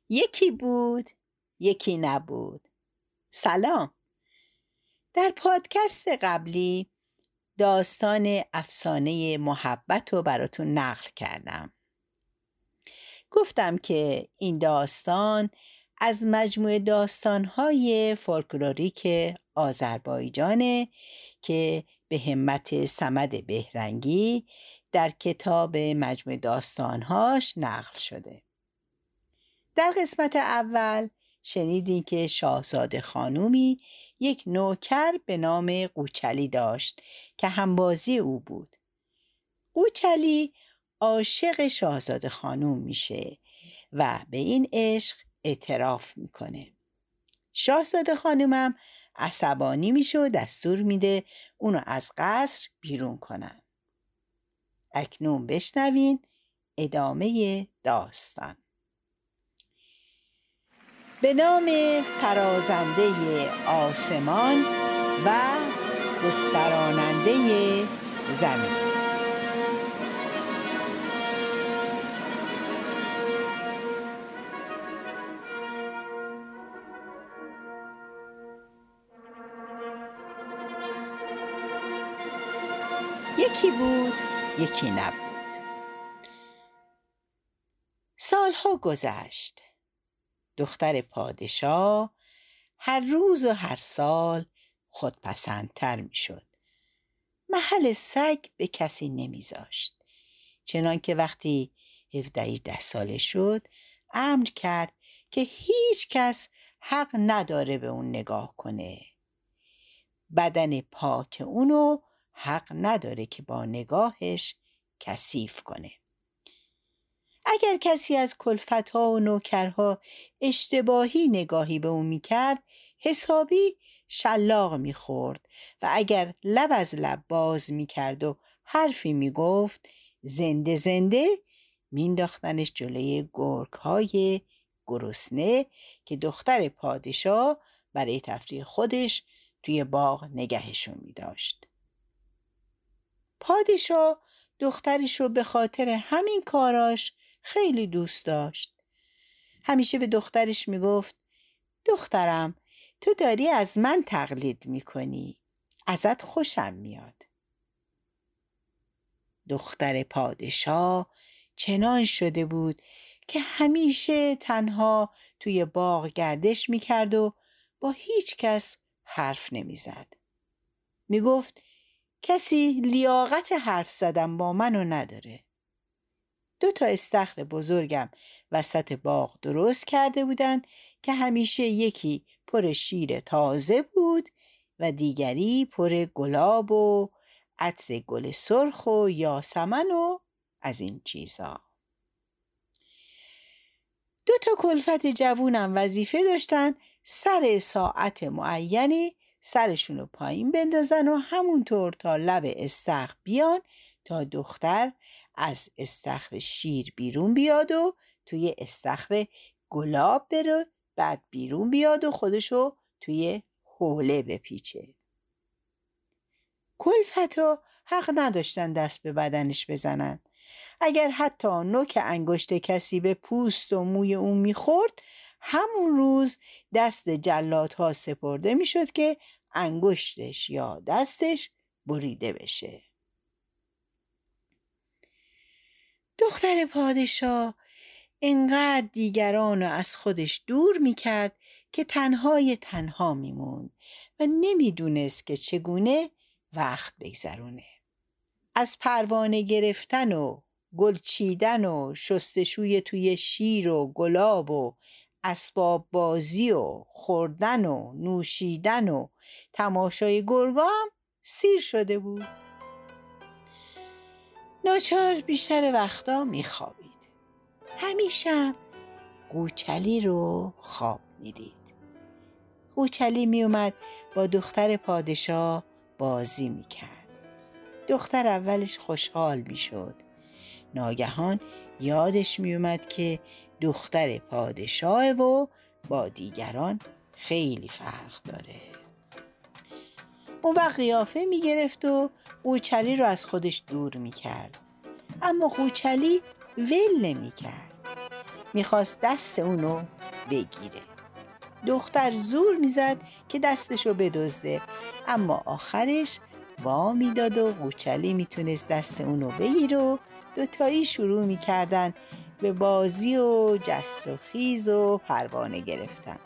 یکی بود، یکی نبود. سلام. در پادکست قبلی داستان افسانه محبت رو براتون نقل کردم. گفتم که این داستان از مجموعه داستان‌های فولکلوریک آذربایجانه که به همت صمد بهرنگی در کتاب مجموعه داستان‌هاش نقل شده. در قسمت اول شنیدیم که شاهزاده خانومی یک نوکر به نام قوچلی داشت که همبازی او بود. قوچلی عاشق شاهزاده خانوم میشه و به این عشق اعتراف میکنه. شاهزاده خانومم عصبانی میشه و دستور میده اونو از قصر بیرون کنن. اکنون بشنوین ادامه داستان. به نام فرازنده آسمان و گستراننده زمین. یکی بود، یکی نبود. سالها گذشت. دختر پادشاه هر روز و هر سال خودپسندتر می شد. محل سگ به کسی نمیذاشت. چنان که وقتی 17-18 ساله شد امر کرد که هیچ کس حق نداره به اون نگاه کنه. بدن پاک اونو حق نداره که با نگاهش کثیف کنه. اگر کسی از کلفت‌ها و نوکرها اشتباهی نگاهی به اون میکرد حسابی شلاق میخورد و اگر لب از لب باز میکرد و حرفی میگفت زنده زنده مینداختنش جلوی گرگ‌های گرسنه که دختر پادشاه برای تفریح خودش توی باغ نگهشون میداشت. پادشاه دخترش رو به خاطر همین کاراش خیلی دوست داشت. همیشه به دخترش میگفت دخترم تو داری از من تقلید میکنی. ازت خوشم میاد. دختر پادشاه چنان شده بود که همیشه تنها توی باغ گردش میکرد و با هیچ کس حرف نمیزد. میگفت کسی لیاقت حرف زدن با منو نداره. 2 استخر بزرگم وسط باغ درست کرده بودند که همیشه یکی پر شیر تازه بود و دیگری پر گلاب و عطر گل سرخ و یاسمن و از این چیزا. 2 کلفت جوونم وظیفه داشتن سر ساعت معینی سرشونو پایین بندازن و همونطور تا لب استخر بیان تا دختر از استخر شیر بیرون بیاد و توی استخر گلاب بره، بعد بیرون بیاد و خودشو توی حوله بپیچه. کلفتا حق نداشتن دست به بدنش بزنن. اگر حتی نوک انگشت کسی به پوست و موی اون میخورد همون روز دست جلادها سپرده میشد که انگشتش یا دستش بریده بشه. دختر پادشاه انقدر دیگران رو از خودش دور میکرد که تنها میموند و نمیدونست که چگونه وقت بگذرونه. از پروانه گرفتن و گل چیدن و شستشوی توی شیر و گلاب و اسباب بازی و خوردن و نوشیدن و تماشای گرگا هم سیر شده بود. ناچار بیشتر وقتا میخوابید. همیشه قوچلی رو خواب میدید. قوچلی میومد با دختر پادشاه بازی میکرد. دختر اولش خوشحال میشد. ناگهان یادش میومد که دختر پادشاه و با دیگران خیلی فرق داره. اون وقت قیافه میگرفت و قوچلی رو از خودش دور میکرد. اما قوچلی ول نمیکرد. میخواست دست اونو بگیره. دختر زور میزد که دستشو بدزده، اما آخرش وا میداد و قوچلی میتونست دست اونو بگیره و دوتایی شروع میکردن به بازی و جست و خیز و پروانه گرفتن.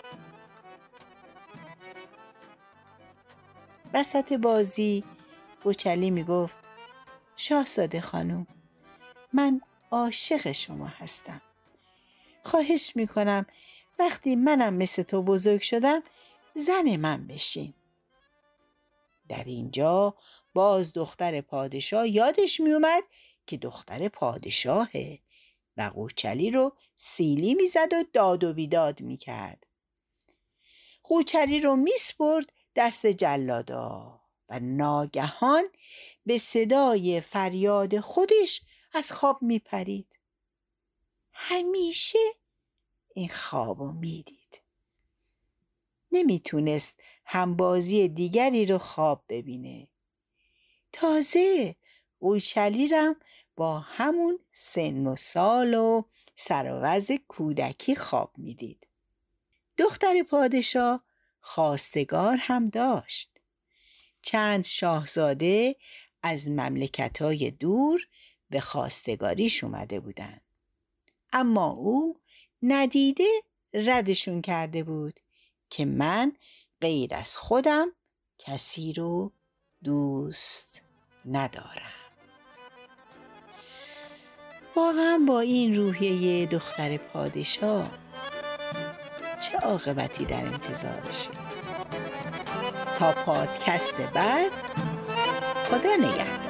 وسط بازی قوچلی میگفت: شاهزاده خانم، من عاشق شما هستم. خواهش میکنم وقتی منم مثل تو بزرگ شدم زن من بشین. در اینجا باز دختر پادشاه یادش میومد که دختر پادشاهه و قوچلی رو سیلی میزد و داد و بیداد میکرد. قوچلی رو میسپرد دست جلادا و ناگهان به صدای فریاد خودش از خواب میپرید. همیشه این خوابو میدید. نمیتونست همبازی دیگری رو خواب ببینه. تازه قوچلی رم با همون سن و سال و سر و وضع کودکی خواب میدید. دختر پادشاه خواستگار هم داشت. چند شاهزاده از مملکت‌های دور به خواستگاریش اومده بودن، اما او ندیده ردشون کرده بود که من غیر از خودم کسی رو دوست ندارم. واقعا با این روحیه دختر پادشاه چه عاقبتی در انتظارشه؟ تا پادکست بعد، خدا نگهدار.